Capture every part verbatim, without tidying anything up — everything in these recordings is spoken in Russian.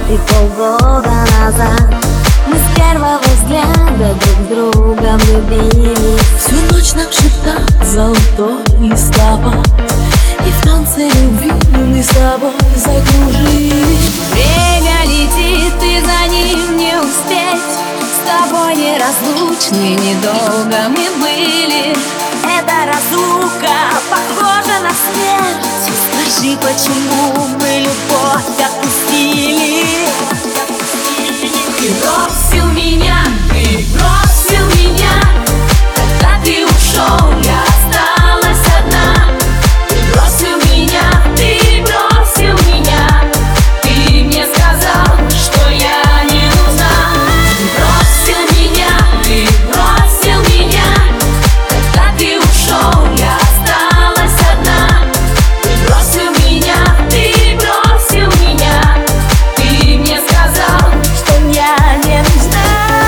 И полгода назад мы с первого взгляда друг друга влюбились. Всю ночь нам шептал золотой листопад, и в танце любви мы с тобой закружились. Время летит, и за ним не успеть. С тобой неразлучны, недолго мы были. Эта разлука похожа на смерть. Скажи, почему мы любовь отпустили? Ты бросил меня, ты бросил меня. Когда ты ушел, я осталась одна. Ты бросил меня, ты бросил меня. Ты мне сказал, что я не нужна. Ты бросил меня, ты бросил меня. Когда ты ушел, я осталась одна. Ты бросил меня, ты бросил меня. Ты мне сказал, что я не нужна.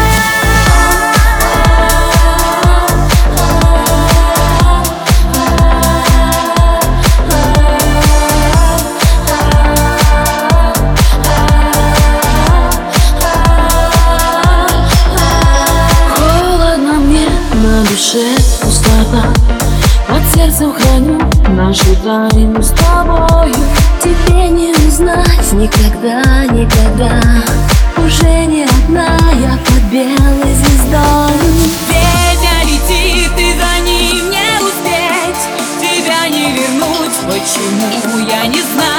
Холодно мне, на душе пустота, под сердцем храню нашу тайну с тобою. Тебе не узнать никогда, никогда. Уже не одна я под белой звездой. Время летит, и за ним не успеть. Тебя не вернуть, почему, я не знаю.